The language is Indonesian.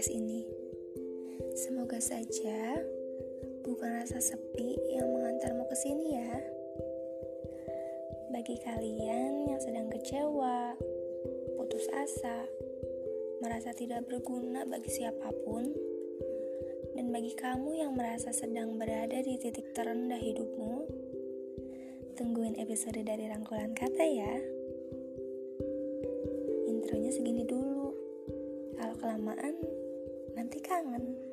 podcast ini. Semoga saja bukan rasa sepi yang mengantarmu ke sini ya. Bagi kalian yang sedang kecewa, putus asa, merasa tidak berguna bagi siapapun, dan bagi kamu yang merasa sedang berada di titik terendah hidupmu, tungguin episode dari Rangkulan Kata ya. Intronya segini dulu. Kalau kelamaan, nanti kangen.